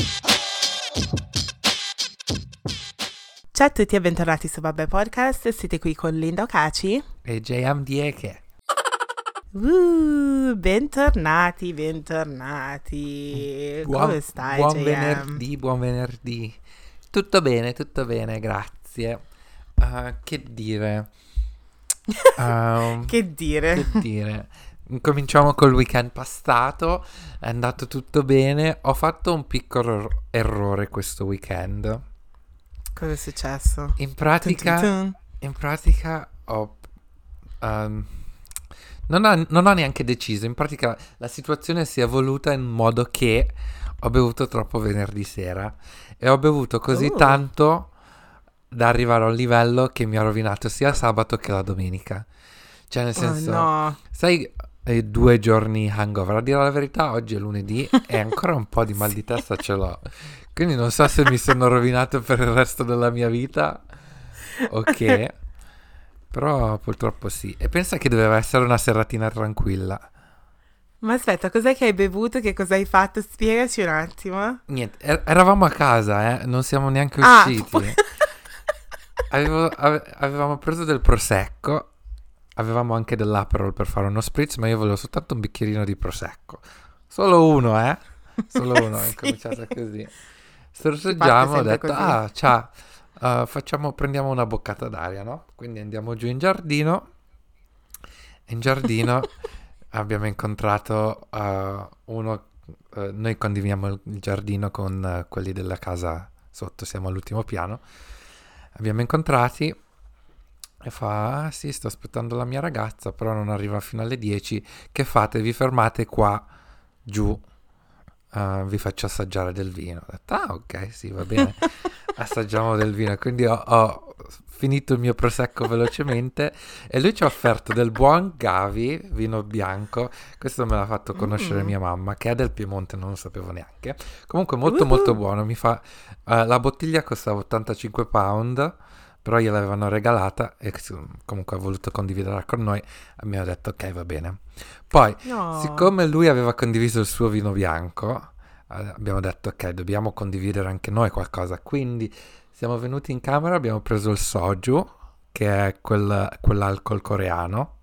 Ciao a tutti e bentornati su Vabbè Podcast, siete qui con Linda Ocaci e JM Dieke. Bentornati. Come stai, JM? Buon venerdì. Tutto bene, grazie. Che dire? Che dire? Cominciamo col weekend passato, è andato tutto bene. Ho fatto un piccolo errore questo weekend. Cosa è successo? In pratica ho... non ho neanche deciso. In pratica la situazione si è evoluta in modo che ho bevuto troppo venerdì sera e ho bevuto così tanto da arrivare a un livello che mi ha rovinato sia sabato che la domenica. Cioè nel senso, no. sai, 2 giorni hangover. A dire la verità, oggi è lunedì e ancora un po' di mal di testa ce l'ho. Quindi non so se mi sono rovinato per il resto della mia vita o che, però purtroppo sì. E pensa che doveva essere una seratina tranquilla. Ma aspetta, cos'è che hai bevuto? Che cosa hai fatto? Spiegaci un attimo. Niente, eravamo a casa, non siamo neanche usciti. Avevamo preso del prosecco, avevamo anche dell'Aperol per fare uno spritz, ma io volevo soltanto un bicchierino di prosecco. Solo uno, Solo uno, Sì. È cominciata così. Sorseggiamo, ho detto, ciao, prendiamo una boccata d'aria, no? Quindi andiamo giù in giardino. In giardino abbiamo incontrato uno, noi condividiamo il giardino con quelli della casa sotto, siamo all'ultimo piano. Abbiamo incontrati e fa, sì, sto aspettando la mia ragazza, però non arriva fino alle 10. Che fate? Vi fermate qua, giù. Vi faccio assaggiare del vino. Ho detto, ok, sì, va bene. Assaggiamo del vino. Quindi ho finito il mio prosecco velocemente e lui ci ha offerto del buon Gavi, vino bianco. Questo me l'ha fatto conoscere mia mamma, che è del Piemonte, non lo sapevo neanche. Comunque molto molto buono. Mi fa la bottiglia costava 85 pound, però gliel'avevano regalata e comunque ha voluto condividerla con noi. Abbiamo detto, ok, va bene. Poi, siccome lui aveva condiviso il suo vino bianco, abbiamo detto, ok, dobbiamo condividere anche noi qualcosa. Quindi siamo venuti in camera, abbiamo preso il soju, che è quell'alcol coreano.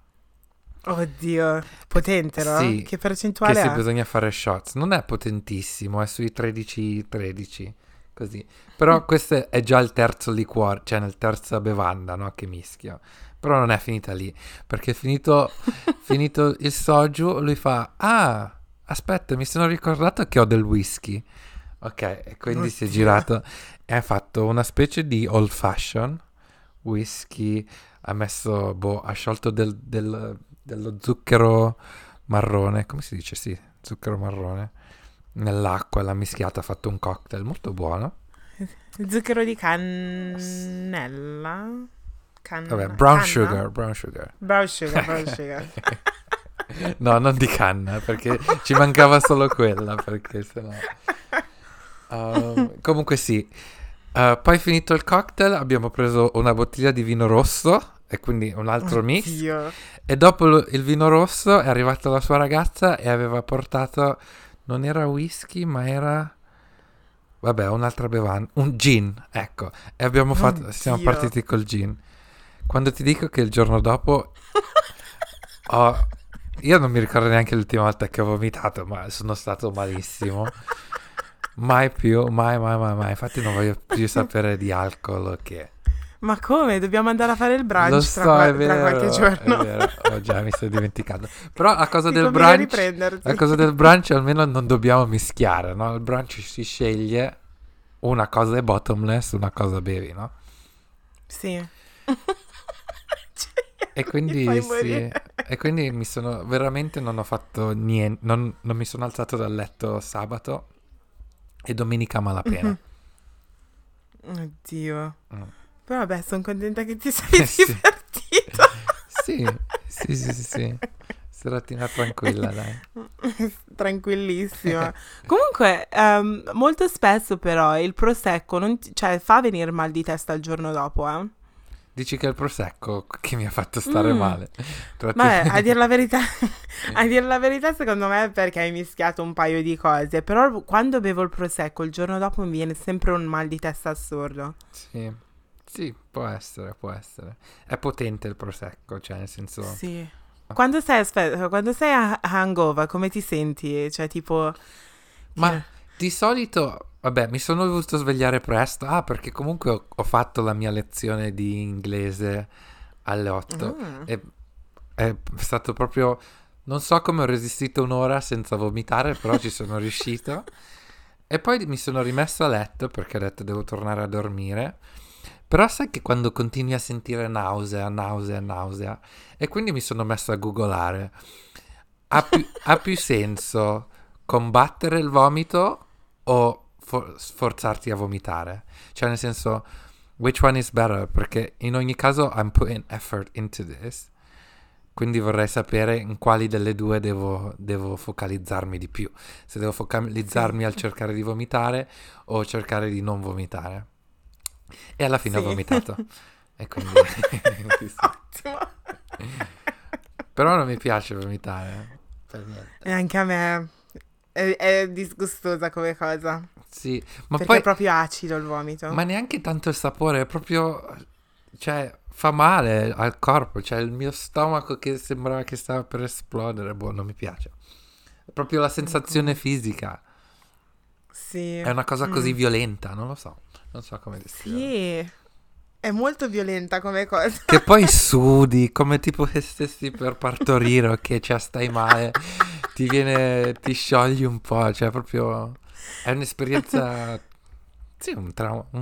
Oddio, potente, no? Sì, Che percentuale che ha? se bisogna fare shots. Non è potentissimo, è sui 13, così. Però questo è già il terzo liquore, cioè nel terza bevanda, no, che mischio. Però non è finita lì, perché finito il soju, lui fa, aspetta, mi sono ricordato che ho del whisky. Ok, e quindi si è girato e ha fatto una specie di old fashion whisky, ha messo, ha sciolto dello zucchero marrone, come si dice? Sì, zucchero marrone, nell'acqua, l'ha mischiata, ha fatto un cocktail molto buono. Zucchero di cannella? Vabbè, brown canna? sugar. Brown sugar. No, non di canna, perché ci mancava solo quella, perché sennò... comunque sì. Poi finito il cocktail abbiamo preso una bottiglia di vino rosso e quindi un altro mix. E dopo il vino rosso è arrivata la sua ragazza e aveva portato, non era whisky ma era... Vabbè, un'altra bevanda, un gin, ecco. E abbiamo siamo partiti col gin. Quando ti dico che il giorno dopo io non mi ricordo neanche l'ultima volta che ho vomitato, ma sono stato malissimo. Mai più, mai. Infatti non voglio più sapere di alcol o che. Ma come? Dobbiamo andare a fare il brunch Lo so, tra è vero, qualche giorno. È vero. Oh, già mi sto dimenticando. Però la cosa Ti del conviene brunch, riprenderti. la cosa del brunch almeno non dobbiamo mischiare, no? Il brunch si sceglie, una cosa è bottomless, una cosa bevi, no? Sì. E quindi sì, e quindi mi sono veramente non ho fatto niente, non mi sono alzato dal letto sabato e domenica malapena. Oddio. Mm. Però vabbè, sono contenta che ti sei Sì. divertito. Sì. Seratina tranquilla, dai. Tranquillissima. Comunque, molto spesso però il prosecco cioè, fa venire mal di testa il giorno dopo, Dici che è il prosecco che mi ha fatto stare male. Vabbè, a dir la verità, a dir la verità secondo me è perché hai mischiato un paio di cose, però quando bevo il prosecco il giorno dopo mi viene sempre un mal di testa assurdo. Sì, sì, può essere, può essere. È potente il prosecco, cioè nel senso... Sì. Quando sei a hangover, come ti senti? Cioè, tipo... Ma di solito, vabbè, mi sono dovuto svegliare presto. Ah, perché comunque ho fatto la mia lezione di inglese alle 8. E è stato proprio... Non so come ho resistito un'ora senza vomitare, però ci sono riuscito. E poi mi sono rimesso a letto perché ho detto devo tornare a dormire. Però sai che quando continui a sentire nausea, e quindi mi sono messo a googolare. Ha più senso combattere il vomito o sforzarti a vomitare? Cioè nel senso, which one is better? Perché in ogni caso I'm putting effort into this. Quindi vorrei sapere in quali delle due devo focalizzarmi di più. Se devo focalizzarmi al cercare di vomitare o cercare di non vomitare. E alla fine ho vomitato. E quindi... Ottimo. Però non mi piace vomitare. Per niente. E anche a me è disgustosa come cosa. Sì, ma perché poi... è proprio acido il vomito. Ma neanche tanto il sapore, è proprio... Cioè, fa male al corpo. Cioè, il mio stomaco che sembrava che stava per esplodere. Boh, non mi piace. È proprio la sensazione fisica. Sì. È una cosa così violenta, non lo so. Non so come descriverlo. Sì. È molto violenta come cosa. Che poi sudi, come tipo che stessi per partorire o che cioè, stai male, ti sciogli un po', cioè proprio è un'esperienza, sì, un trauma. Un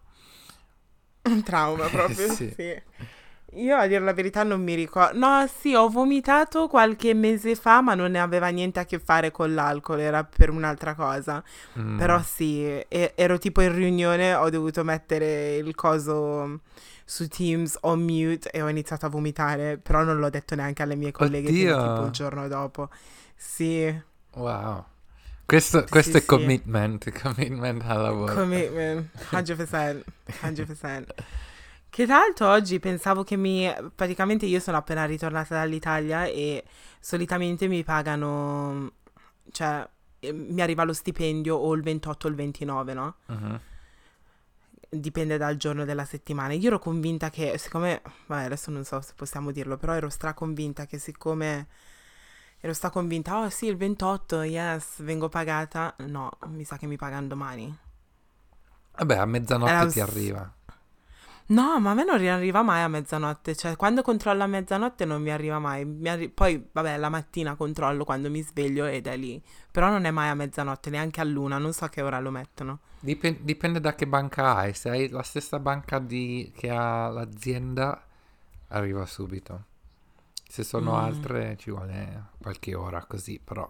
trauma proprio, Sì. sì. Io a dire la verità non mi ricordo. No, sì, ho vomitato qualche mese fa, ma non ne aveva niente a che fare con l'alcol, era per un'altra cosa. Però sì, ero tipo in riunione, ho dovuto mettere il coso su Teams on mute e ho iniziato a vomitare, però non l'ho detto neanche alle mie colleghe fino tipo il giorno dopo. Sì. Wow. Questo Sì, è sì. commitment al lavoro. Commitment, 100%, 100%. Che tra l'altro oggi pensavo che praticamente io sono appena ritornata dall'Italia e solitamente mi pagano, cioè mi arriva lo stipendio o il 28 o il 29, no? Mhm. Dipende dal giorno della settimana. Io ero convinta che, siccome, vabbè, adesso non so se possiamo dirlo, però ero straconvinta che siccome ero straconvinta, oh sì, il 28, yes, vengo pagata. No, mi sa che mi pagano domani. Vabbè, a mezzanotte ti arriva. No, ma a me non arriva mai a mezzanotte, cioè quando controllo a mezzanotte non mi arriva mai, poi vabbè la mattina controllo quando mi sveglio ed è lì, però non è mai a mezzanotte, neanche a luna, non so che ora lo mettono. Dipende da che banca hai, se hai la stessa banca che ha l'azienda arriva subito, se sono altre ci vuole qualche ora così, però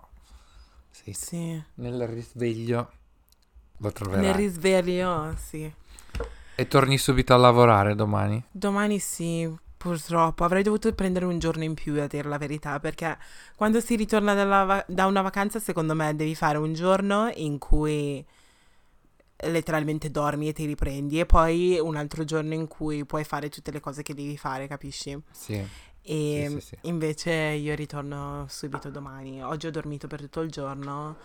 Sì. nel risveglio lo troverai. Nel risveglio, sì. E torni subito a lavorare domani? Domani sì, purtroppo. Avrei dovuto prendere un giorno in più, a dire la verità, perché quando si ritorna da una vacanza, secondo me, devi fare un giorno in cui letteralmente dormi e ti riprendi, e poi un altro giorno in cui puoi fare tutte le cose che devi fare, capisci? Sì. E Sì. invece io ritorno subito domani. Oggi ho dormito per tutto il giorno,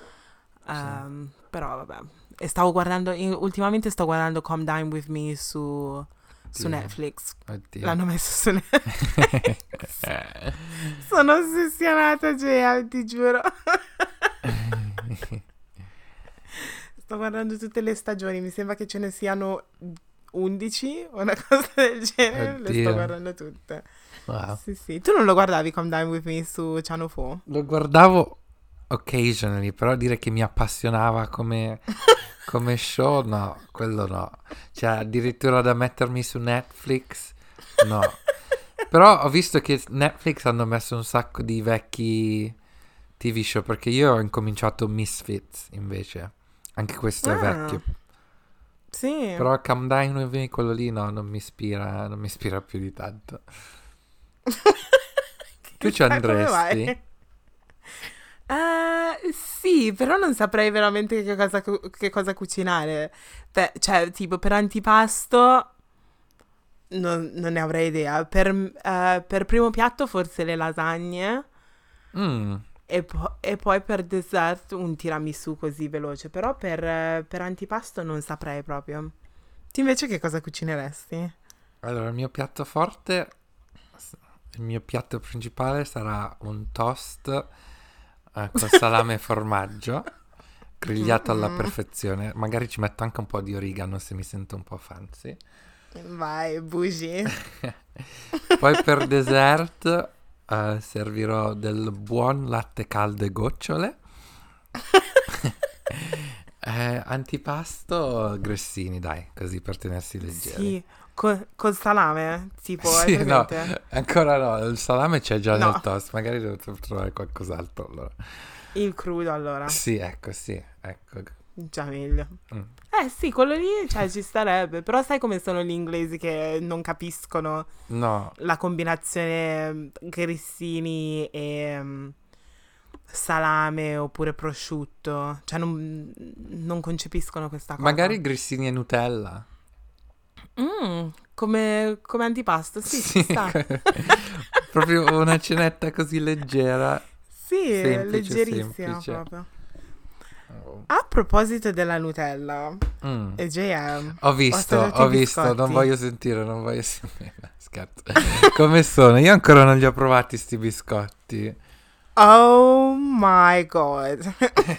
però vabbè. E ultimamente sto guardando Come Dine With Me su Netflix. Oddio. L'hanno messo su Netflix. Sono ossessionata, Gea, ti giuro. Sto guardando tutte le stagioni, mi sembra che ce ne siano 11 o una cosa del genere. Oddio. Le sto guardando tutte. Wow. Sì. Tu non lo guardavi Come Dine With Me su Channel 4? Lo guardavo occasionally, però dire che mi appassionava come show, no, quello no. Cioè, addirittura da mettermi su Netflix, no. Però ho visto che Netflix hanno messo un sacco di vecchi TV show, perché io ho incominciato Misfits, invece. Anche questo è vecchio. Sì. Però Come Dine With Me, quello lì, no, non mi ispira più di tanto. Tu ci andresti? Sì, però non saprei veramente che cosa cucinare. Cioè, tipo per antipasto non ne avrei idea. Per primo piatto forse le lasagne Mm. e poi per dessert un tiramisù così veloce. Però per antipasto non saprei proprio. Tu invece che cosa cucineresti? Allora, il mio piatto principale sarà un toast con salame e formaggio, grigliato alla Mm-mm. perfezione. Magari ci metto anche un po' di origano se mi sento un po' fancy. Vai, bougie. Poi per dessert servirò del buon latte caldo e gocciole. Antipasto grissini, dai, così per tenersi leggeri. Sì, col salame, tipo, hai Sì, no, presente? ancora no, il salame c'è già nel No, toast, magari devo trovare qualcos'altro allora. il crudo allora. Sì, ecco. Già meglio. Mm. Sì, quello lì, cioè, ci starebbe. Però sai come sono gli inglesi che non capiscono No, la combinazione grissini e salame oppure prosciutto? Cioè, non concepiscono questa cosa. magari grissini e Nutella. Come antipasto, sì, ci Sì, sta. proprio una cenetta così leggera, Sì, semplice, leggerissima semplice. proprio. Oh. A proposito della Nutella, Mm. JM, Ho ho visto, assaggiato i ho visto, non biscotti. voglio sentire, non voglio sentire. Scherzo. Come sono? Io ancora non li ho provati sti biscotti. Oh my god.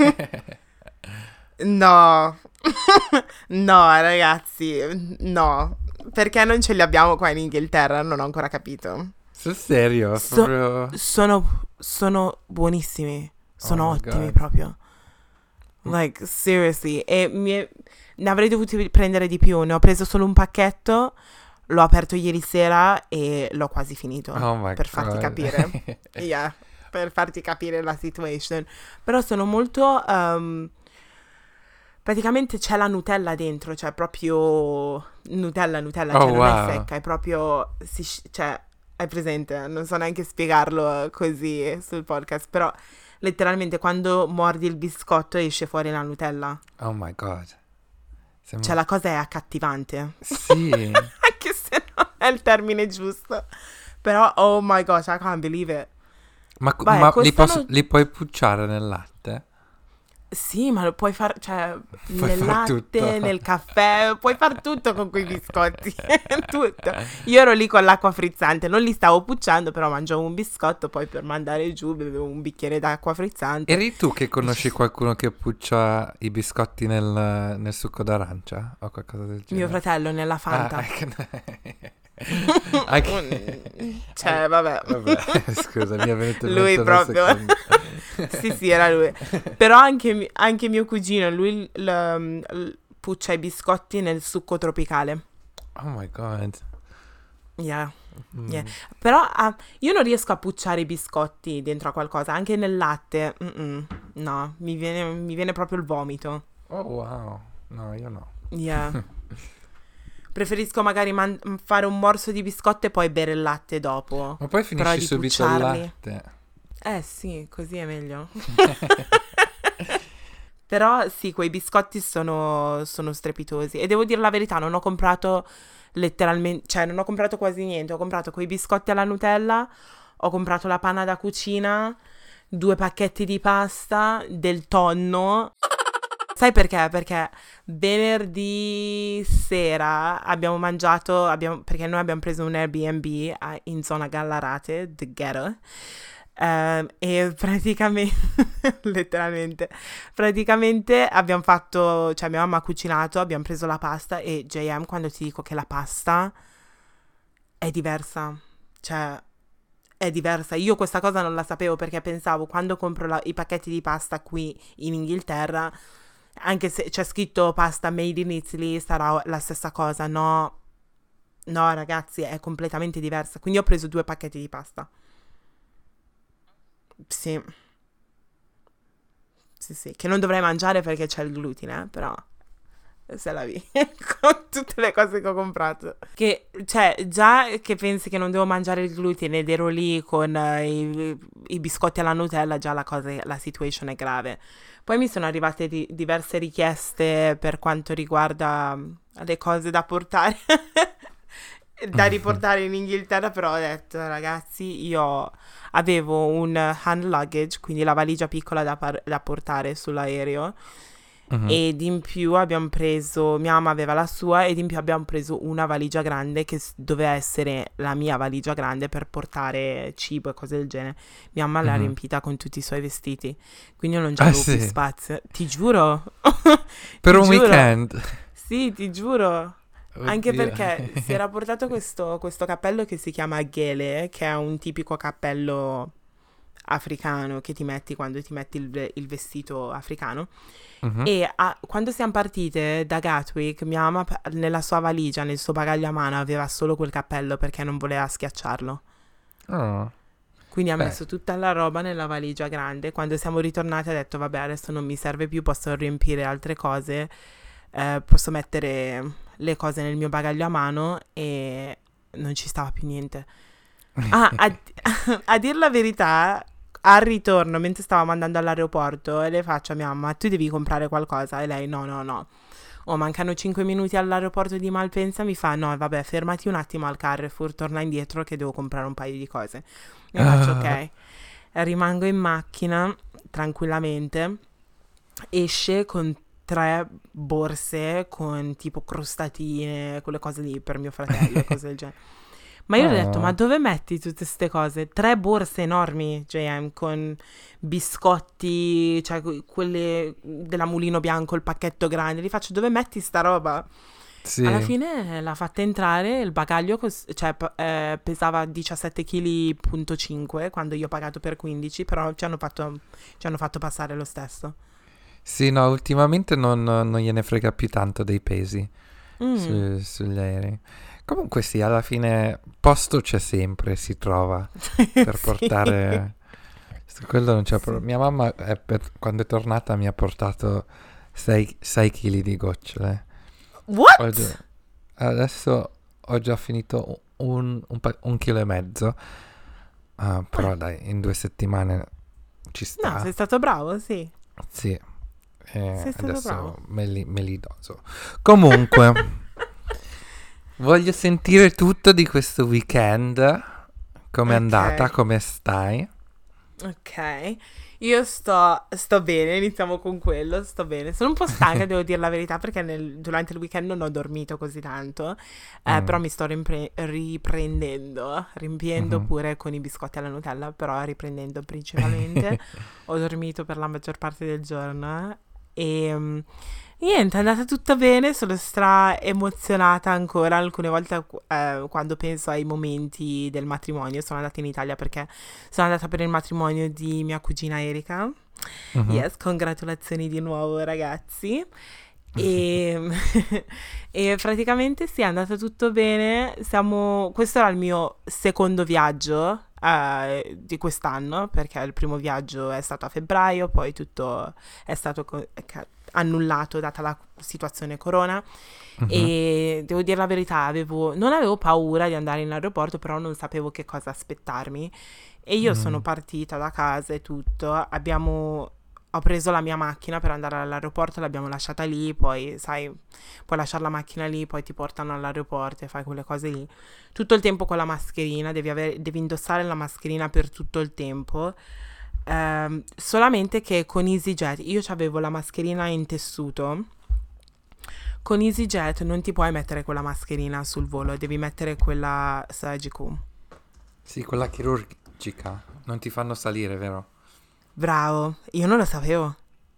No. No, ragazzi, no. Perché non ce li abbiamo qua in Inghilterra? Non ho ancora capito. Sul serio, So- proprio... sono buonissimi. Oh Sono my ottimi god. proprio. Like, seriously. Ne avrei dovuti prendere di più. Ne ho preso solo un pacchetto. L'ho aperto ieri sera e l'ho quasi finito. Oh my Per farti god. capire. Yeah, per farti capire la situation. Però sono molto... praticamente c'è la Nutella dentro. Cioè proprio... Nutella. Oh Cioè non è wow. secca. È proprio... cioè, hai presente? Non so neanche spiegarlo così sul podcast. Però letteralmente quando mordi il biscotto esce fuori la Nutella. Oh my god. Cioè la cosa è accattivante. Sì. Anche se non è il termine giusto. Però, oh my gosh, I can't believe it. Vai, Ma costano... li puoi pucciare nel latte? Sì, ma lo puoi fare, cioè, Puoi nel far tutto. latte, nel caffè, puoi fare tutto con quei biscotti. Tutto. Io ero lì con l'acqua frizzante, non li stavo pucciando, però mangiavo un biscotto, poi per mandare giù bevevo un bicchiere d'acqua frizzante. Eri tu che E conosci qualcuno che puccia i biscotti nel succo d'arancia? O qualcosa del mio genere? fratello nella Ah, Fanta. Cioè, vabbè. Vabbè, scusa, mi è venuto in Lui mente un proprio. secondo. Sì, era lui. Però anche mio cugino, lui puccia i biscotti nel succo tropicale. Oh my god. Yeah, yeah. Mm. Però io non riesco a pucciare i biscotti dentro a qualcosa, anche nel latte. No, mi viene proprio il vomito. Oh wow. No, io no. Yeah. Preferisco magari fare un morso di biscotto e poi bere il latte dopo. Ma poi Però finisci di subito il pucciarli. latte. Sì, così è meglio. Però sì, quei biscotti sono strepitosi. E devo dire la verità, non ho comprato letteralmente, cioè non ho comprato quasi niente. Ho comprato quei biscotti alla Nutella, ho comprato la panna da cucina, 2 pacchetti di pasta, del tonno. Sai perché? Perché venerdì sera abbiamo mangiato, perché noi abbiamo preso un Airbnb in zona Gallarate, The Ghetto, e praticamente, letteralmente, abbiamo fatto, cioè mia mamma ha cucinato, abbiamo preso la pasta e JM, quando ti dico che la pasta è diversa, cioè è diversa. Io questa cosa non la sapevo perché pensavo quando compro i pacchetti di pasta qui in Inghilterra, anche se c'è scritto pasta made in Italy, sarà la stessa cosa. No, no, ragazzi, è completamente diversa. Quindi ho preso 2 pacchetti di pasta. Sì, sì, che non dovrei mangiare perché c'è il glutine, però se la vi con tutte le cose che ho comprato. Che, cioè, già che pensi che non devo mangiare il glutine ed ero lì con i biscotti alla Nutella, già la situation è grave. Poi mi sono arrivate diverse richieste per quanto riguarda le cose da portare. da riportare in Inghilterra, però ho detto, ragazzi, io avevo un hand luggage, quindi la valigia piccola da portare sull'aereo, Mhm. ed in più abbiamo preso, mia mamma aveva la sua, ed in più abbiamo preso una valigia grande che doveva essere la mia valigia grande per portare cibo e cose del genere. Mia mamma l'ha Mhm. riempita con tutti i suoi vestiti, quindi io non Ah c'avevo più sì, spazio. Ti giuro, per ti un giuro, weekend. sì, ti giuro. Anche Oddio. perché si era portato questo cappello che si chiama ghele, che è un tipico cappello africano che ti metti quando ti metti il vestito africano. Mhm. E quando siamo partite da Gatwick, mia mamma nella sua valigia, nel suo bagaglio a mano, aveva solo quel cappello perché non voleva schiacciarlo. Oh, Quindi ha beh, messo tutta la roba nella valigia grande. Quando siamo ritornati ha detto, vabbè, adesso non mi serve più, posso riempire altre cose, posso mettere le cose nel mio bagaglio a mano, e non ci stava più niente. Ah, a dir la verità, al ritorno, mentre stavamo andando all'aeroporto, e le faccio a mia mamma, tu devi comprare qualcosa? E lei, no, no, no. Oh, mancano 5 minuti all'aeroporto di Malpensa, mi fa, no, vabbè, fermati un attimo al Carrefour, torna indietro che devo comprare un paio di cose. Ne faccio, ah, ok. Rimango in macchina, tranquillamente, esce con 3 borse con tipo crostatine, quelle cose lì per mio fratello e cose del genere. Ma io ho detto, ma oh, dove metti tutte queste cose? 3 borse enormi, JM, con biscotti, cioè quelle della Mulino Bianco, il pacchetto grande. Gli faccio, dove metti sta roba? Alla sì. fine l'ha fatta entrare, il bagaglio pesava 17,5 kg quando io ho pagato per 15, però ci hanno fatto passare lo stesso. Sì, no, ultimamente non gliene frega più tanto dei pesi Mm. sugli aerei. Comunque sì, alla fine posto c'è sempre, si trova per Sì. portare. Su quello non c'è Sì. problema. Mia mamma quando è tornata mi ha portato 6 kg di gocciole. Ho What? già- Adesso ho già finito un chilo e mezzo. Ah, Ah, però dai, in 2 settimane ci no, sei sta. stato bravo, sì. Sì, Sei stato adesso bravo. me li doso. Comunque, voglio sentire tutto di questo weekend. Com'è andata? Ok. Come stai? Ok, io sto bene, iniziamo con quello, sto bene. Sono un po' stanca, devo dire la verità, perché durante il weekend non ho dormito così tanto, però Mm, mi sto riprendendo, riempiendo mhm. pure con i biscotti alla Nutella, però riprendendo principalmente. Ho dormito per la maggior parte del giorno, niente, è andata tutto bene, sono stra emozionata ancora alcune volte, quando penso ai momenti del matrimonio. Sono andata in Italia perché sono andata per il matrimonio di mia cugina Erika. Mhm. Yes, congratulazioni di nuovo, ragazzi. E, e praticamente sì, è andato tutto bene. Questo era il mio secondo viaggio di quest'anno, perché il primo viaggio è stato a febbraio, poi tutto è stato annullato data la situazione corona. Mhm. E devo dire la verità, non avevo paura di andare in aeroporto, però non sapevo che cosa aspettarmi. E io sono Mm. partita da casa e tutto. Ho preso la mia macchina per andare all'aeroporto, l'abbiamo lasciata lì, poi sai, puoi lasciare la macchina lì, poi ti portano all'aeroporto e fai quelle cose lì. Tutto il tempo con la mascherina, devi indossare la mascherina per tutto il tempo. Solamente che con EasyJet, io avevo la mascherina in tessuto. Con EasyJet non ti puoi mettere quella mascherina sul volo, devi mettere quella surgical. Sì, quella chirurgica. Non ti fanno salire, vero? Bravo, io non lo sapevo.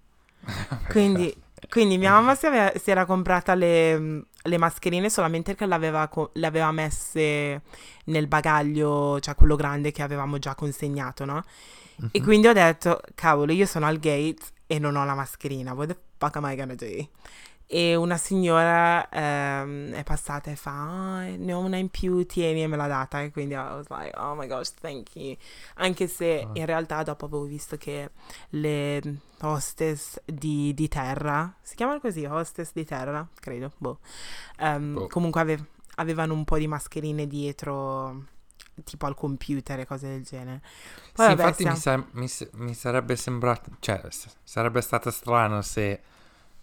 Quindi, Perfetto. quindi mia mamma si era comprata le mascherine solamente che le aveva messe nel bagaglio, cioè quello grande che avevamo già consegnato, no? E Mhm. quindi ho detto, cavolo, io sono al gate e non ho la mascherina, what the fuck am I gonna do? E una signora è passata e fa, "Ah, ne ho una in più, tieni", e me l'ha data. E quindi I was like, oh my gosh, thank you. Anche se Ah, in realtà dopo avevo visto che le hostess di terra, si chiamano così, hostess di terra, credo, boh. boh. Comunque avevano un po' di mascherine dietro, tipo al computer e cose del genere. Poi Sì, vabbè, infatti siamo... mi sarebbe sembrato, cioè, sarebbe stato strano se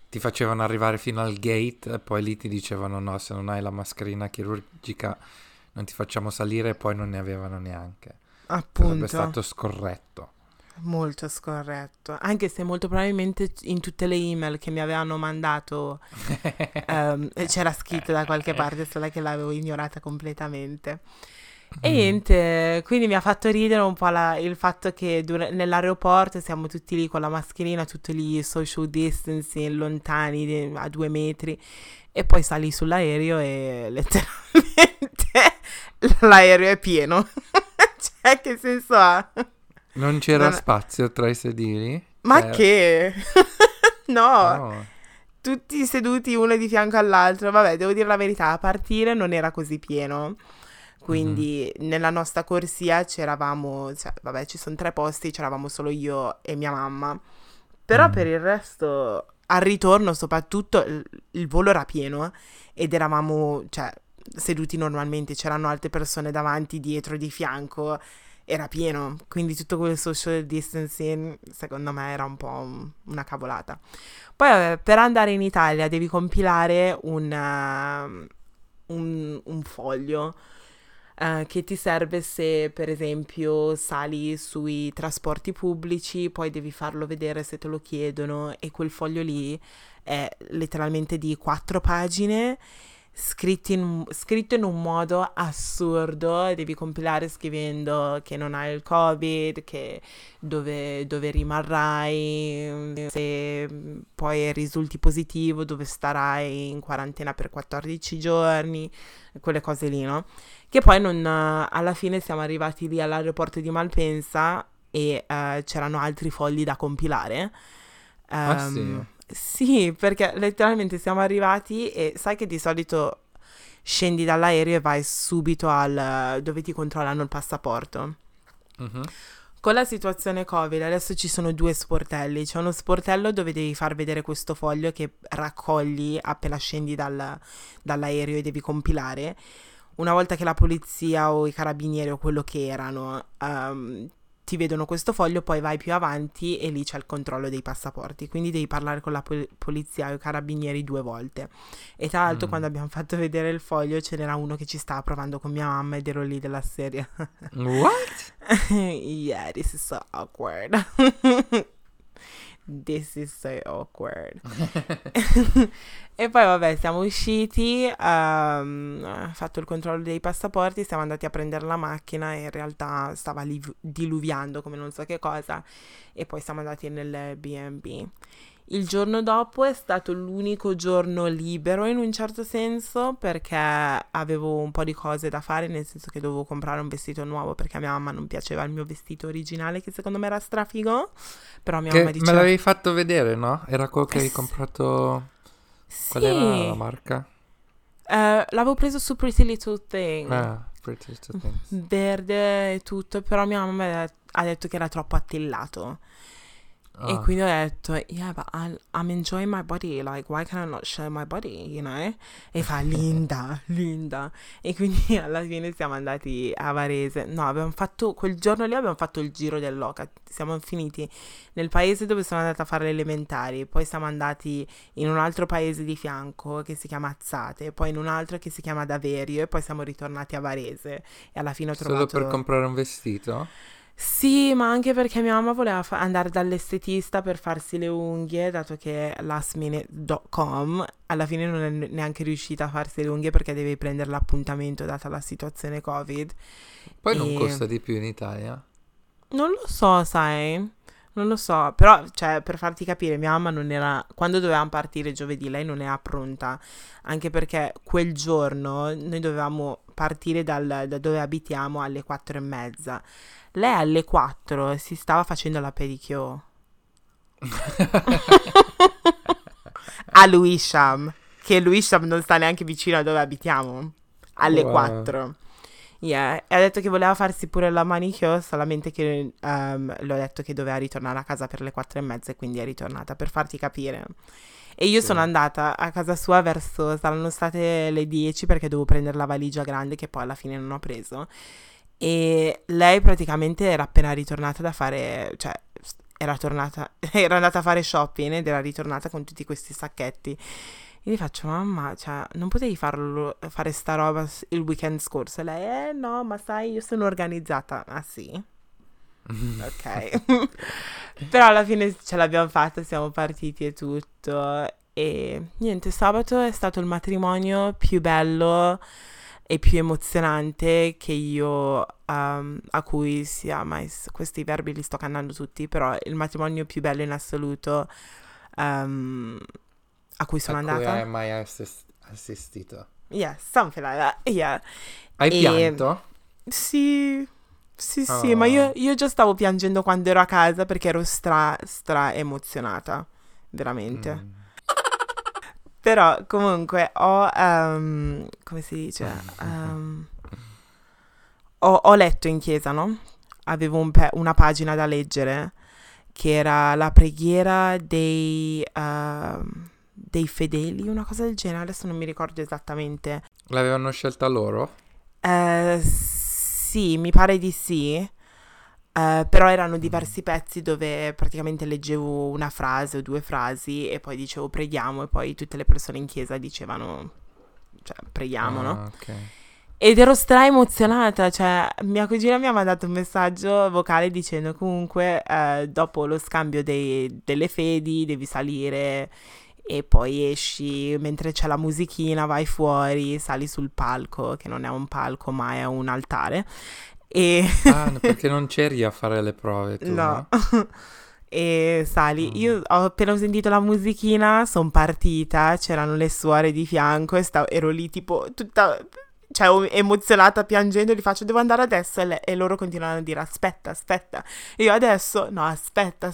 ti facevano arrivare fino al gate e poi lì ti dicevano no, se non hai la mascherina chirurgica non ti facciamo salire, e poi non ne avevano neanche. Sarebbe Appunto. stato scorretto. Molto scorretto, anche se molto probabilmente in tutte le email che mi avevano mandato c'era scritto da qualche parte, solo che l'avevo ignorata completamente. E niente, quindi mi ha fatto ridere un po' il fatto che nell'aeroporto siamo tutti lì con la mascherina, tutti lì social distancing, lontani a 2 metri, e poi sali sull'aereo e letteralmente l'aereo è pieno. Cioè, che senso ha? Non c'era spazio tra i sedili? Ma Cioè, che? No, no. tutti seduti uno di fianco all'altro. Vabbè, devo dire la verità, a partire non era così pieno. Quindi nella nostra corsia c'eravamo, cioè, vabbè, ci sono 3 posti, c'eravamo solo io e mia mamma. Però per il resto, al ritorno soprattutto, il volo era pieno ed eravamo, cioè, seduti normalmente, c'erano altre persone davanti, dietro, di fianco, era pieno, quindi tutto quel social distancing secondo me era un po' una cavolata. Poi vabbè, per andare in Italia devi compilare un foglio che ti serve se per esempio sali sui trasporti pubblici, poi devi farlo vedere se te lo chiedono, e quel foglio lì è letteralmente di 4 pagine scritto in un modo assurdo. Devi compilare scrivendo che non hai il Covid, che dove rimarrai, se poi risulti positivo, dove starai in quarantena per 14 giorni, quelle cose lì, no? Che poi alla fine siamo arrivati lì all'aeroporto di Malpensa e c'erano altri fogli da compilare. Sì. Sì, perché letteralmente siamo arrivati e sai che di solito scendi dall'aereo e vai subito dove ti controllano il passaporto. Con la situazione Covid adesso ci sono 2 sportelli. C'è uno sportello dove devi far vedere questo foglio che raccogli appena scendi dall'aereo e devi compilare. Una volta che la polizia o i carabinieri o quello che erano ti vedono questo foglio, poi vai più avanti e lì c'è il controllo dei passaporti, quindi devi parlare con la polizia o i carabinieri 2 volte. E tra l'altro quando abbiamo fatto vedere il foglio ce n'era uno che ci stava provando con mia mamma ed ero lì della serie. What? Yeah, this is so awkward. This is so awkward. E poi vabbè, siamo usciti, fatto il controllo dei passaporti, siamo andati a prendere la macchina e in realtà stava diluviando come non so che cosa, e poi siamo andati nel B&B. Il giorno dopo è stato l'unico giorno libero in un certo senso, perché avevo un po' di cose da fare, nel senso che dovevo comprare un vestito nuovo perché a mia mamma non piaceva il mio vestito originale, che secondo me era strafigo, però mia mamma diceva... Me l'avevi fatto vedere, no? Era quello che hai comprato... Sì. Qual era la marca? L'avevo preso su Pretty Little Thing. Pretty Little Things. Verde e tutto, però mia mamma ha detto che era troppo attillato. E quindi ho detto, yeah, but I'm enjoying my body, like, why can I not show my body, you know? E fa, Linda. E quindi alla fine siamo andati a Varese. No, quel giorno lì abbiamo fatto il giro dell'Oca. Siamo finiti nel paese dove sono andata a fare le elementari, poi siamo andati in un altro paese di fianco che si chiama Azzate, poi in un altro che si chiama Daverio, e poi siamo ritornati a Varese. E alla fine ho trovato... Solo per comprare un vestito? Sì, ma anche perché mia mamma voleva andare dall'estetista per farsi le unghie, dato che lastminute.com alla fine non è neanche riuscita a farsi le unghie perché devi prendere l'appuntamento data la situazione Covid. Poi non costa di più in Italia? Non lo so, sai? Non lo so, però, cioè, per farti capire, mia mamma non era... Quando dovevamo partire giovedì, lei non era pronta, anche perché quel giorno noi dovevamo partire da dove abitiamo alle 4:30. Lei alle 4 si stava facendo la pedicure a Lewisham, che Lewisham non sta neanche vicino a dove abitiamo, alle 4. Yeah. E ha detto che voleva farsi pure la manicure, solamente che le ho detto che doveva ritornare a casa per le 4:30, e quindi è ritornata, per farti capire. E io sono andata a casa sua saranno state le 10 perché dovevo prendere la valigia grande che poi alla fine non ho preso. E lei praticamente era appena ritornata da fare, cioè era andata a fare shopping ed era ritornata con tutti questi sacchetti. E gli faccio, mamma, cioè, non potevi fare sta roba il weekend scorso? E lei, no, ma sai, io sono organizzata. Ah, sì? Ok. Però alla fine ce l'abbiamo fatta, siamo partiti e tutto. E niente, sabato è stato il matrimonio più bello e più emozionante che io, a cui sia mai, questi verbi li sto cannando tutti, però il matrimonio più bello in assoluto a cui sono andata. A cui hai mai assistito? Yeah, something like that, yeah. Hai pianto? Sì, ma io già stavo piangendo quando ero a casa perché ero stra emozionata, veramente. Però comunque come si dice? Ho letto in chiesa, no? Avevo una pagina da leggere che era la preghiera dei fedeli, una cosa del genere, adesso non mi ricordo esattamente. L'avevano scelta loro? Sì, mi pare di sì. Però erano diversi pezzi dove praticamente leggevo una frase o due frasi e poi dicevo preghiamo e poi tutte le persone in chiesa dicevano, cioè, preghiamo, no? Ok. Ed ero stra emozionata, cioè mia cugina mi ha mandato un messaggio vocale dicendo comunque dopo lo scambio delle fedi devi salire e poi esci, mentre c'è la musichina vai fuori, sali sul palco, che non è un palco ma è un altare. Perché non c'eri a fare le prove tu, no? E sali, io ho appena sentito la musichina, sono partita, c'erano le suore di fianco e ero lì tipo tutta, cioè emozionata, piangendo, gli faccio devo andare adesso e loro continuano a dire aspetta, e io adesso, no aspetta,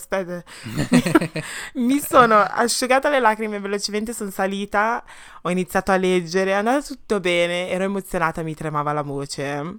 mi sono asciugata le lacrime velocemente, sono salita, ho iniziato a leggere, è andato tutto bene, ero emozionata, mi tremava la voce.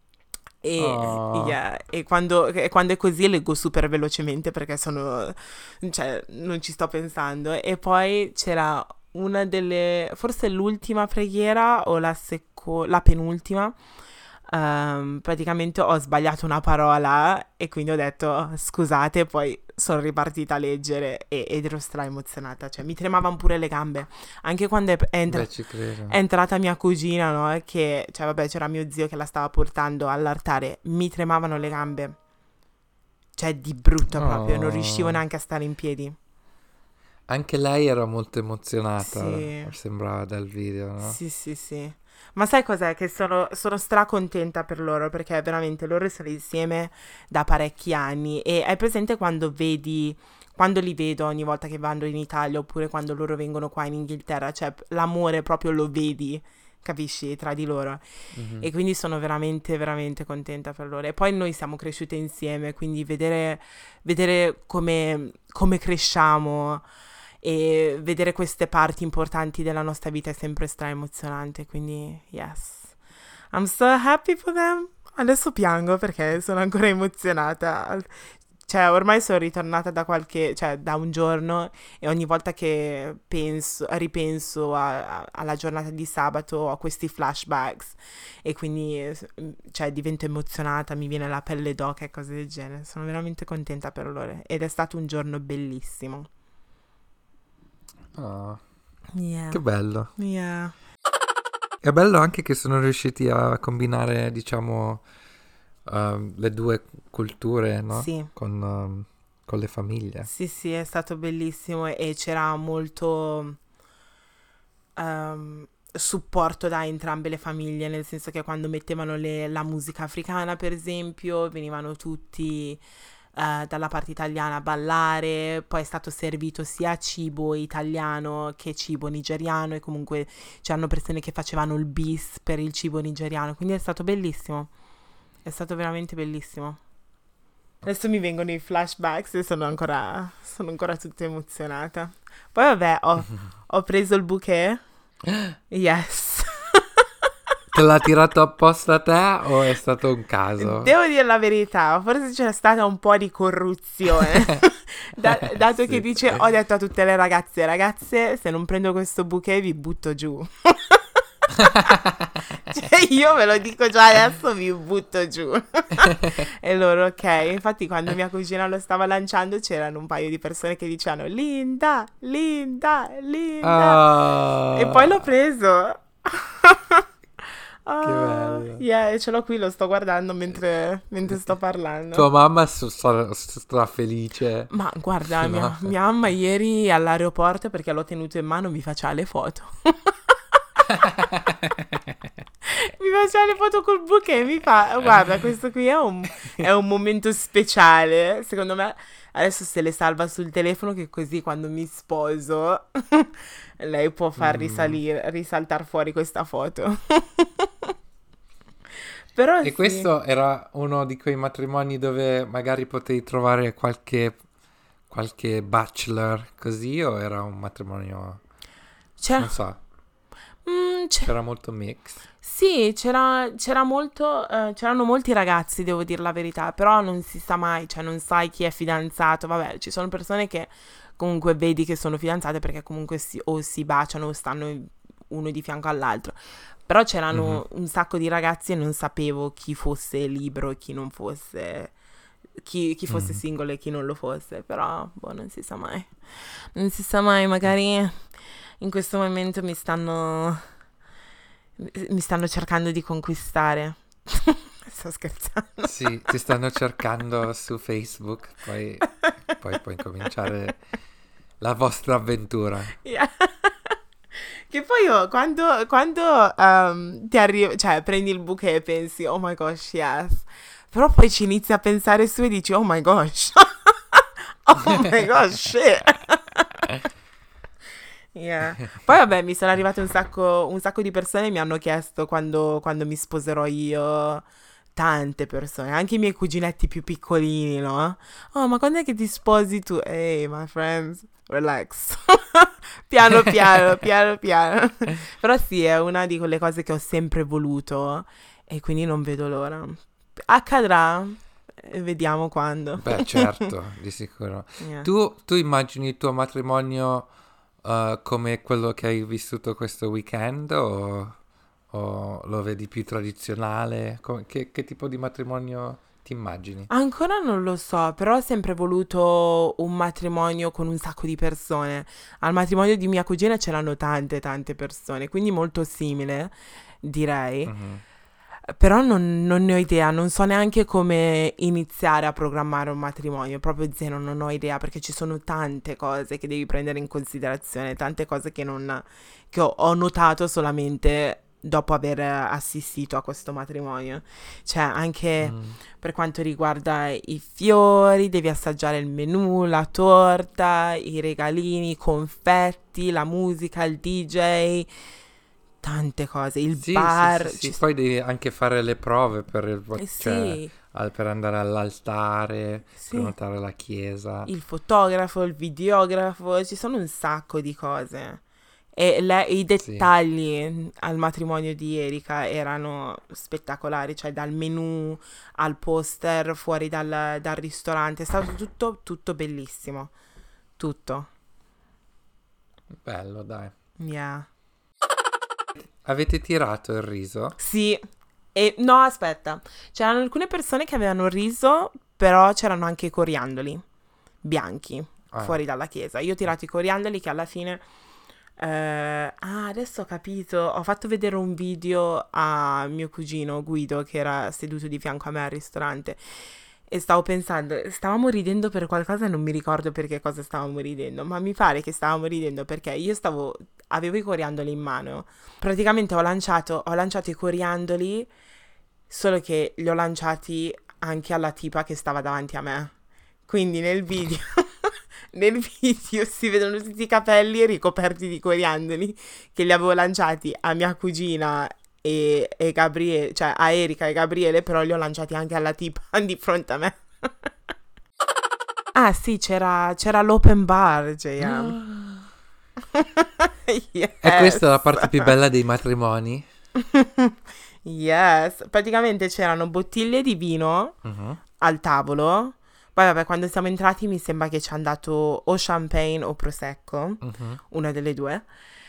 E quando è così leggo super velocemente perché cioè non ci sto pensando. E poi c'era una forse l'ultima preghiera o la penultima, praticamente ho sbagliato una parola e quindi ho detto scusate, e poi sono ripartita a leggere ed ero stra emozionata, cioè mi tremavano pure le gambe anche quando è entrata mia cugina, no? Che cioè vabbè c'era mio zio che la stava portando all'altare, mi tremavano le gambe, cioè di brutto proprio, non riuscivo neanche a stare in piedi. Anche lei era molto emozionata, sì. Sembrava dal video, no? Sì. Ma sai cos'è? Che sono stra contenta per loro, perché veramente loro sono insieme da parecchi anni e hai presente quando li vedo ogni volta che vanno in Italia oppure quando loro vengono qua in Inghilterra, cioè l'amore proprio lo vedi, capisci, tra di loro. E quindi sono veramente, veramente contenta per loro. E poi noi siamo cresciute insieme, quindi vedere come cresciamo e vedere queste parti importanti della nostra vita è sempre stra emozionante, quindi yes, I'm so happy for them. Adesso piango perché sono ancora emozionata, cioè ormai sono ritornata da un giorno e ogni volta che ripenso alla giornata di sabato ho questi flashbacks e quindi cioè divento emozionata, mi viene la pelle d'oca e cose del genere. Sono veramente contenta per loro ed è stato un giorno bellissimo. Yeah. Che bello. Yeah. È bello anche che sono riusciti a combinare, diciamo, le due culture, no? Sì. Con le famiglie. Sì, è stato bellissimo e c'era molto supporto da entrambe le famiglie, nel senso che quando mettevano la musica africana, per esempio, venivano tutti dalla parte italiana a ballare, poi è stato servito sia cibo italiano che cibo nigeriano e comunque c'erano persone che facevano il bis per il cibo nigeriano, quindi è stato bellissimo, è stato veramente bellissimo. Adesso mi vengono i flashbacks e sono ancora tutta emozionata. Poi vabbè, ho preso il bouquet. Yes. Te l'ha tirato apposta a te o è stato un caso? Devo dire la verità, forse c'è stata un po' di corruzione. Dato che ho detto a tutte le ragazze, se non prendo questo bouquet vi butto giù. Cioè, io ve lo dico già adesso, mi butto giù. E loro, ok. Infatti, quando mia cugina lo stava lanciando, c'erano un paio di persone che dicevano Linda, Linda, Linda. E poi l'ho preso. Che bello. Yeah, ce l'ho qui, lo sto guardando mentre sto parlando. Tua mamma sarà felice. Ma guarda, No. mia mamma ieri all'aeroporto, perché l'ho tenuto in mano, mi faceva le foto. Mi faceva le foto col bouquet, mi fa, guarda, questo qui è un momento speciale, secondo me. Adesso se le salva sul telefono, che così quando mi sposo lei può far risaltare fuori questa foto. Però E sì. questo era uno di quei matrimoni dove magari potevi trovare qualche bachelor così, o era un matrimonio, non so, c'era molto mix? Sì, c'era molto, c'erano molti ragazzi, devo dire la verità, però non si sa mai, cioè non sai chi è fidanzato, vabbè, ci sono persone che comunque vedi che sono fidanzate perché comunque o si baciano o stanno uno di fianco all'altro, però c'erano un sacco di ragazzi e non sapevo chi fosse libero e chi non fosse, chi fosse singolo e chi non lo fosse, però boh, non si sa mai, magari in questo momento mi stanno cercando di conquistare. Sto scherzando. Sì, ti stanno cercando su Facebook, poi puoi cominciare la vostra avventura. Yeah. Che poi quando ti arriva, cioè prendi il bouquet e pensi, oh my gosh, yes. Però poi ci inizi a pensare su e dici, oh my gosh. Oh my gosh, shit. Yeah. Poi vabbè, mi sono arrivate un sacco di persone, mi hanno chiesto quando mi sposerò io, tante persone, anche i miei cuginetti più piccolini, no? Oh, ma quando è che ti sposi tu? Hey, my friends, relax. Piano piano. Però sì, è una di quelle cose che ho sempre voluto e quindi non vedo l'ora. Accadrà, vediamo quando. Beh, certo, di sicuro. Yeah. Tu immagini il tuo matrimonio come quello che hai vissuto questo weekend, o lo vedi più tradizionale? Che tipo di matrimonio ti immagini? Ancora non lo so, però ho sempre voluto un matrimonio con un sacco di persone. Al matrimonio di mia cugina c'erano tante persone, quindi molto simile, direi. Però non ne ho idea, non so neanche come iniziare a programmare un matrimonio, proprio zero, non ho idea, perché ci sono tante cose che devi prendere in considerazione, tante cose che ho notato solamente dopo aver assistito a questo matrimonio. Cioè, anche per quanto riguarda i fiori, devi assaggiare il menù, la torta, i regalini, i confetti, la musica, il DJ, tante cose, il bar. Sì. Poi devi anche fare le prove per Sì, per andare all'altare, sì. prenotare la chiesa. Il fotografo, il videografo, ci sono un sacco di cose. E i dettagli al matrimonio di Erika erano spettacolari, cioè dal menù al poster fuori dal ristorante, è stato tutto bellissimo, tutto. Bello, dai. Yeah. Avete tirato il riso? Sì, e no, aspetta, c'erano alcune persone che avevano riso, però c'erano anche i coriandoli bianchi fuori dalla chiesa. Io ho tirato i coriandoli che alla fine... adesso ho capito, ho fatto vedere un video a mio cugino Guido che era seduto di fianco a me al ristorante e stavo pensando, stavamo ridendo per qualcosa e non mi ricordo perché cosa stavamo ridendo, ma mi pare che stavamo ridendo perché avevo i coriandoli in mano, praticamente ho lanciato i coriandoli, solo che li ho lanciati anche alla tipa che stava davanti a me, quindi nel video si vedono tutti i capelli ricoperti di coriandoli che li avevo lanciati a mia cugina e Gabriele, cioè a Erika e Gabriele, però li ho lanciati anche alla tipa di fronte a me. Ah sì, c'era l'open bar, JM. Yes. E questa è la parte più bella dei matrimoni? Yes, praticamente c'erano bottiglie di vino al tavolo. Poi vabbè, quando siamo entrati mi sembra che ci hanno dato o champagne o prosecco, una delle due.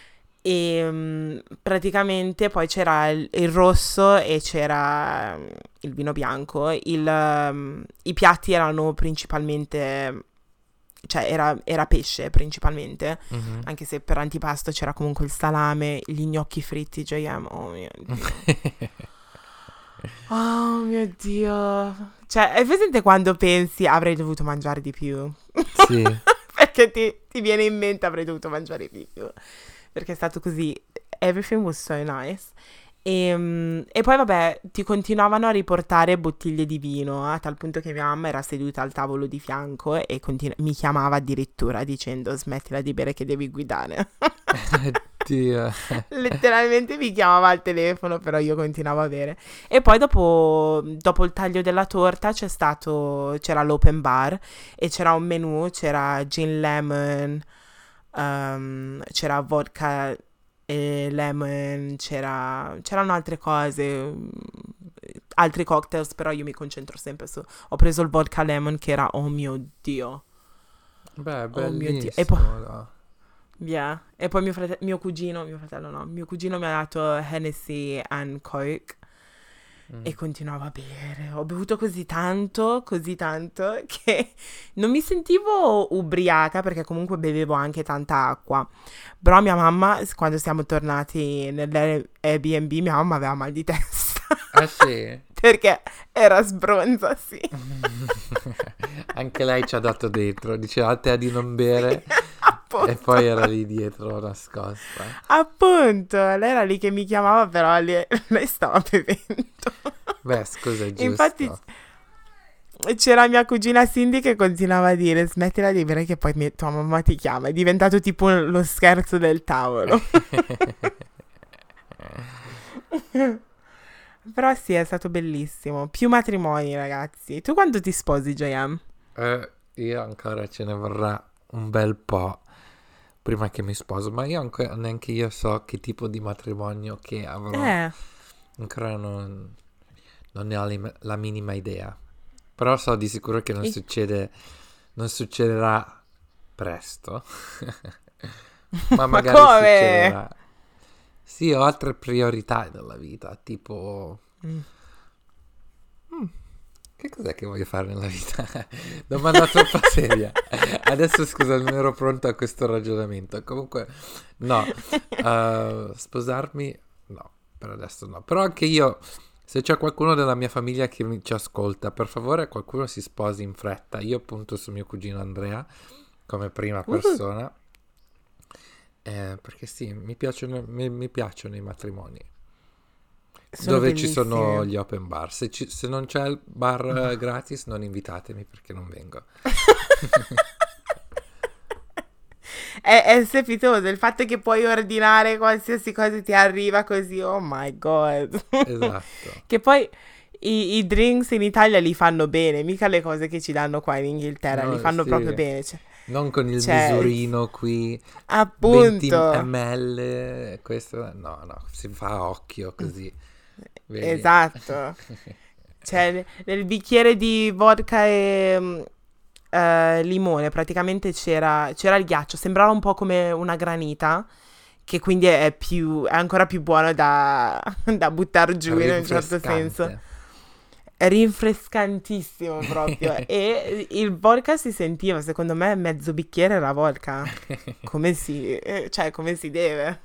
praticamente poi c'era il rosso e c'era il vino bianco. I piatti erano principalmente, cioè era pesce principalmente, Mhm. anche se per antipasto c'era comunque il salame, gli gnocchi fritti, JM, oh mio Dio. Oh mio Dio. Cioè, hai presente quando pensi avrei dovuto mangiare di più? Sì. Perché ti viene in mente avrei dovuto mangiare di più. Perché è stato così. Everything was so nice. E poi vabbè, ti continuavano a riportare bottiglie di vino, a tal punto che mia mamma era seduta al tavolo di fianco e mi chiamava addirittura dicendo smettila di bere che devi guidare. Dio. Letteralmente mi chiamava al telefono, però io continuavo a bere. E poi dopo il taglio della torta c'era l'open bar e c'era un menù, c'era gin lemon, c'era vodka e lemon, c'erano altre cose, altri cocktails, però io mi concentro sempre su... Ho preso il vodka lemon che era, oh mio Dio, Beh, oh mio Dio. E poi... bellissimo. No? Yeah. E poi mio cugino mi ha dato Hennessy and Coke e continuavo a bere. Ho bevuto così tanto che non mi sentivo ubriaca perché comunque bevevo anche tanta acqua. Però mia mamma, quando siamo tornati nell'Airbnb, mia mamma aveva mal di testa. Ah sì? Perché era sbronza, sì. Anche lei ci ha dato dentro, diceva a te di non bere Appunto. e poi era lì dietro nascosta. Appunto, lei era lì che mi chiamava, però lei stava bevendo. Beh, scusa, è giusto. Infatti c'era mia cugina Cindy che continuava a dire smettila di bere che poi tua mamma ti chiama. È diventato tipo lo scherzo del tavolo. Però sì, è stato bellissimo. Più matrimoni, ragazzi. Tu quando ti sposi, JM? Io ancora ce ne vorrà un bel po' prima che mi sposo, ma io ancora, neanche io so che tipo di matrimonio che avrò. Ancora non ne ho la minima idea. Però so di sicuro che non succederà presto. Ma magari come? succederà. Sì, ho altre priorità nella vita, tipo... Che cos'è che voglio fare nella vita? Domanda troppo seria. Adesso scusa, non ero pronto a questo ragionamento. Comunque, no. Sposarmi? No, per adesso no. Però anche io, se c'è qualcuno della mia famiglia che ci ascolta, per favore qualcuno si sposi in fretta. Io punto su mio cugino Andrea come prima persona. Perché sì, mi piacciono i matrimoni. Sono Dove bellissimi. ci sono gli open bar. Se non c'è il bar gratis, non invitatemi perché non vengo. È strepitoso il fatto che puoi ordinare qualsiasi cosa ti arriva così. Oh my god. Esatto. Che poi i drinks in Italia li fanno bene, mica le cose che ci danno qua in Inghilterra, No, li fanno sì. proprio bene. Non con il Cioè, misurino qui, 20 appunto. ml, questo no, si fa a occhio così. Vedi? Esatto. Cioè, nel bicchiere di vodka e limone praticamente c'era il ghiaccio, sembrava un po' come una granita, che quindi è ancora più buono da buttare giù in un certo senso. È rinfrescantissimo proprio. E il vodka si sentiva, secondo me mezzo bicchiere era vodka. come si deve.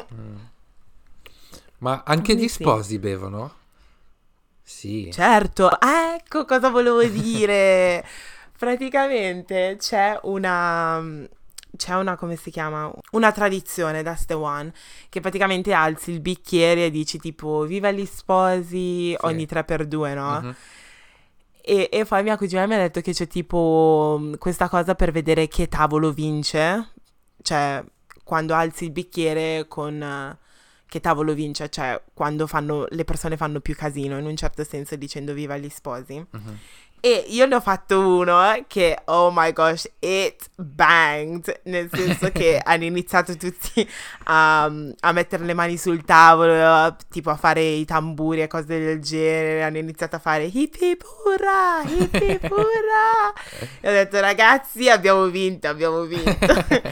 Ma anche gli Sì. sposi bevono? Sì. Certo, ecco cosa volevo dire. Praticamente c'è una, come si chiama? Una tradizione, that's the one, che praticamente alzi il bicchiere e dici tipo viva gli sposi ogni 3x2, no? Mhm. E poi mia cugina mi ha detto che c'è tipo questa cosa per vedere che tavolo vince, cioè quando alzi il bicchiere con che tavolo vince, cioè quando le persone fanno più casino, in un certo senso dicendo viva gli sposi. Mhm. E io ne ho fatto uno che, oh my gosh, it banged, nel senso che hanno iniziato tutti a mettere le mani sul tavolo, tipo a fare i tamburi e cose del genere, hanno iniziato a fare hip hip hurra, hip hip hurra. E ho detto ragazzi abbiamo vinto.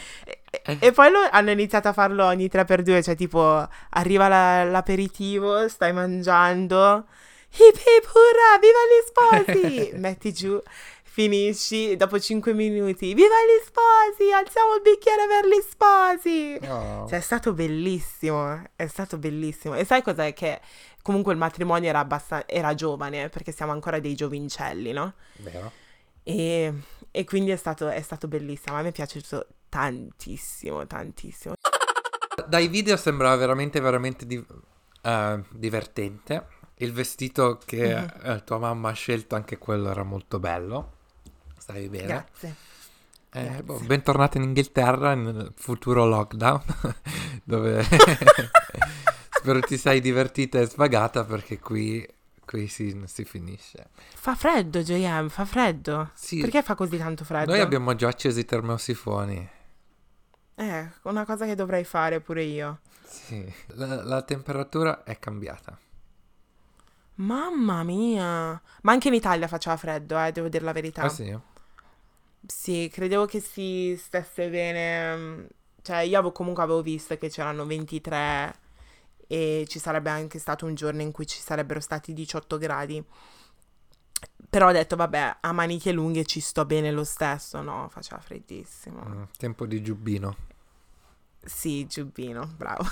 E poi hanno iniziato a farlo ogni 3x2, cioè tipo arriva l'aperitivo, stai mangiando, hip hip hurra, viva gli sposi! Metti giù, finisci, dopo 5 minuti, viva gli sposi, alziamo il bicchiere per gli sposi! Oh, Cioè è stato bellissimo, è stato bellissimo. E sai cos'è? Che comunque il matrimonio era giovane, perché siamo ancora dei giovincelli, no? vero? E quindi è stato bellissimo, a me è piaciuto tantissimo, tantissimo. Dai video sembrava veramente, veramente divertente. Il vestito che tua mamma ha scelto, anche quello era molto bello. Stavi bene. Grazie. Grazie. Bentornata in Inghilterra, nel futuro lockdown, dove spero ti sei divertita e svagata, perché qui si finisce. Fa freddo, JM, fa freddo. Sì, Perché fa così tanto freddo? noi abbiamo già acceso i termosifoni. Una cosa che dovrei fare pure io. Sì, la temperatura è cambiata. Mamma mia. Ma anche in Italia faceva freddo, devo dire la verità. Ah sì? Sì, credevo che si stesse bene. Cioè, io comunque avevo visto che c'erano 23 e ci sarebbe anche stato un giorno in cui ci sarebbero stati 18 gradi. Però ho detto, vabbè, a maniche lunghe ci sto bene lo stesso. No, faceva freddissimo. Tempo di giubbino. Sì, giubbino, bravo.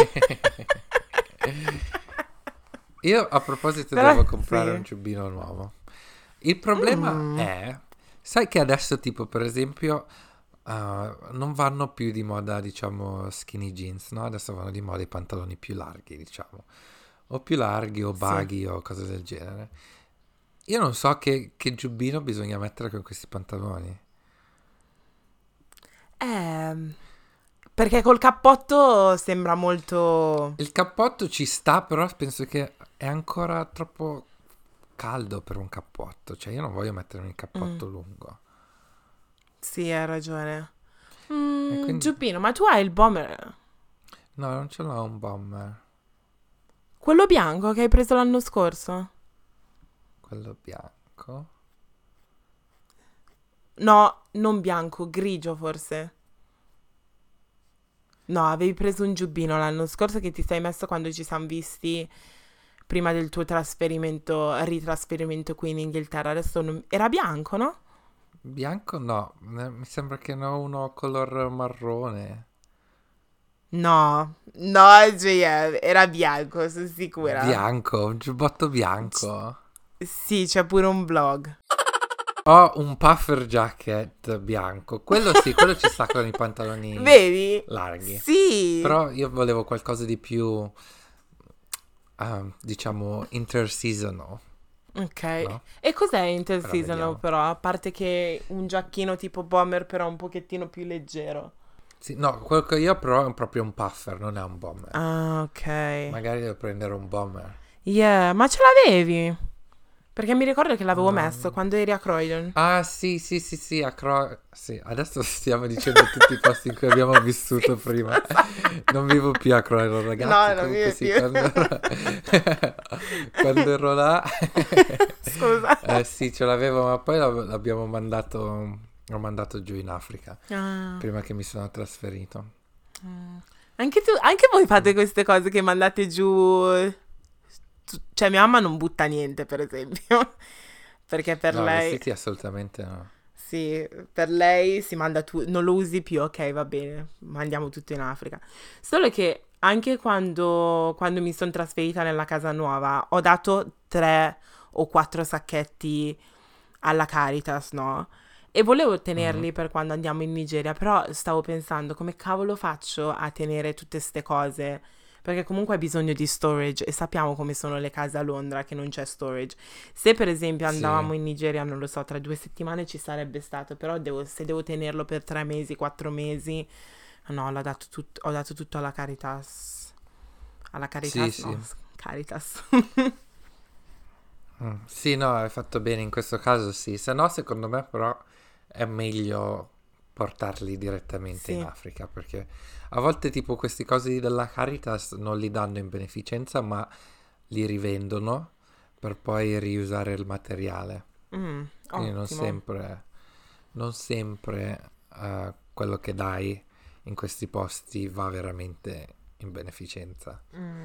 Io a proposito Però, devo comprare sì. un giubbino nuovo. Il problema è, sai che adesso tipo per esempio non vanno più di moda, diciamo, skinny jeans, no? Adesso vanno di moda i pantaloni più larghi, diciamo. O più larghi o Sì. baggy o cose del genere. Io non so che giubbino bisogna mettere con questi pantaloni. Perché col cappotto sembra molto. Il cappotto ci sta, però penso che è ancora troppo caldo per un cappotto. Cioè io non voglio mettermi il cappotto lungo. Sì, hai ragione. E quindi... Giubbino, ma tu hai il bomber? No, non ce l'ho un bomber. Quello bianco che hai preso l'anno scorso? Quello bianco. No, non bianco, grigio forse. No, avevi preso un giubbino l'anno scorso che ti sei messo quando ci siamo visti prima del tuo ritrasferimento qui in Inghilterra. Adesso era bianco, no? Bianco no, mi sembra che ne ho uno color marrone. No, no, era bianco, sono sicura. Bianco, un giubbotto bianco. Sì, c'è pure un vlog. Ho un puffer jacket bianco. Quello sì, quello ci sta con i pantaloni Vedi? larghi. Sì. Però io volevo qualcosa di più, diciamo, interseasonal. Ok. No? E cos'è Però interseasonal vediamo. però? A parte che un giacchino tipo bomber però un pochettino più leggero. Sì, no, quello che io ho però è proprio un puffer, non è un bomber. Ah, ok. Magari devo prendere un bomber. Yeah, ma ce l'avevi? Perché mi ricordo che l'avevo No. messo quando eri a Croydon. Ah, sì, sì, adesso stiamo dicendo tutti i posti in cui abbiamo vissuto prima. Non vivo più a Croydon, ragazzi. No, non Comunque vivi sì, più. quando ero là... Scusa. sì, ce l'avevo, ma poi l'abbiamo mandato... L'ho mandato giù in Africa, Ah. prima che mi sono trasferito. Anche voi fate queste cose che mandate giù. Cioè, mia mamma non butta niente, per esempio. Perché per No, lei. vestiti assolutamente no. Sì, per lei si manda non lo usi più, ok, va bene, mandiamo tutto in Africa. Solo che anche quando mi sono trasferita nella casa nuova, ho dato 3 o 4 sacchetti alla Caritas, no? E volevo tenerli per quando andiamo in Nigeria, però stavo pensando come cavolo faccio a tenere tutte ste cose? Perché comunque hai bisogno di storage e sappiamo come sono le case a Londra che non c'è storage. Se per esempio andavamo in Nigeria, non lo so, tra 2 settimane ci sarebbe stato, però se devo tenerlo per 3 mesi, 4 mesi, no, ho dato tutto alla Caritas. Alla Caritas? Sì, No, sì. Caritas. Sì, no, hai fatto bene in questo caso, sì. Se no, secondo me però è meglio portarli direttamente in Sì. Africa, perché a volte tipo questi cosi della Caritas non li danno in beneficenza, ma li rivendono per poi riusare il materiale. Quindi Ottimo. non sempre quello che dai in questi posti va veramente in beneficenza.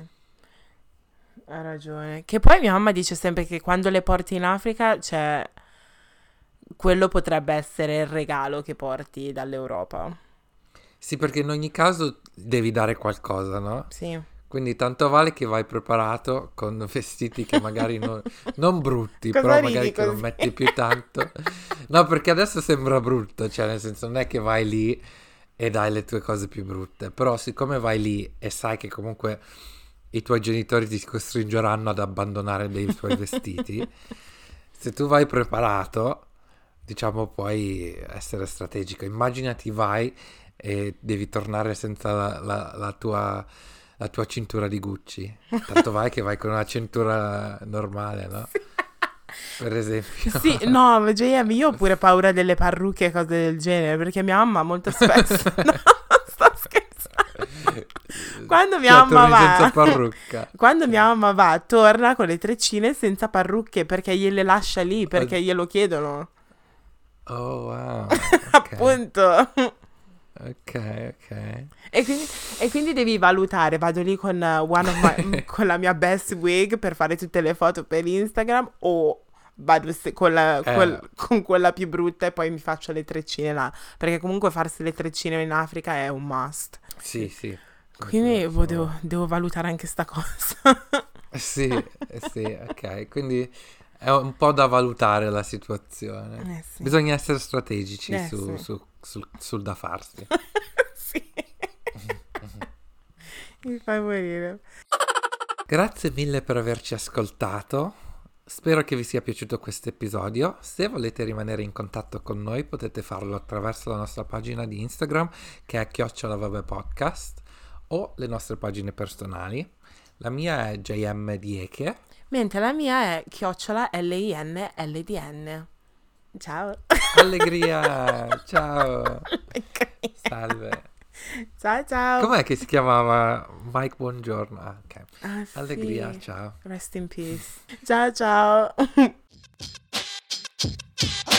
Ha ragione. Che poi mia mamma dice sempre che quando le porti in Africa, cioè, quello potrebbe essere il regalo che porti dall'Europa. Sì, perché in ogni caso devi dare qualcosa, no? Sì. Quindi tanto vale che vai preparato con vestiti che magari non brutti, Cosa però ridi magari che non così? metti più tanto. No, perché adesso sembra brutto, cioè nel senso non è che vai lì e dai le tue cose più brutte, però siccome vai lì e sai che comunque i tuoi genitori ti costringeranno ad abbandonare dei tuoi vestiti, se tu vai preparato, diciamo, puoi essere strategico. Immaginati vai e devi tornare senza la tua cintura di Gucci. Tanto vai che vai con una cintura normale, no? Per esempio. Sì, no, JM, io ho pure paura delle parrucche e cose del genere, perché mia mamma molto spesso... No, sto scherzando. Quando mia Cioè, mamma torni senza va... parrucca. Quando mia mamma va, torna con le treccine senza parrucche, perché gliele lascia lì, perché glielo chiedono. Oh, wow. Ok, Appunto. ok. E quindi devi valutare, vado lì con, con la mia best wig per fare tutte le foto per Instagram o vado con quella più brutta e poi mi faccio le treccine là, perché comunque farsi le treccine in Africa è un must. Sì. Quindi devo valutare anche sta cosa. Sì, ok. Quindi è un po' da valutare la situazione. Sì. Bisogna essere strategici Sì. sul da farsi. Sì. Mi fai morire. Grazie mille per averci ascoltato. Spero che vi sia piaciuto questo episodio. Se volete rimanere in contatto con noi potete farlo attraverso la nostra pagina di Instagram che è @vavepodcast o le nostre pagine personali. La mia è JM Dieke. Mentre la mia è @LINLDN. Ciao. Allegria, ciao. Salve. Ciao. Com'è che si chiamava Mike Buongiorno? Ah, ok. Ah, sì. Allegria, ciao. Rest in peace. Ciao.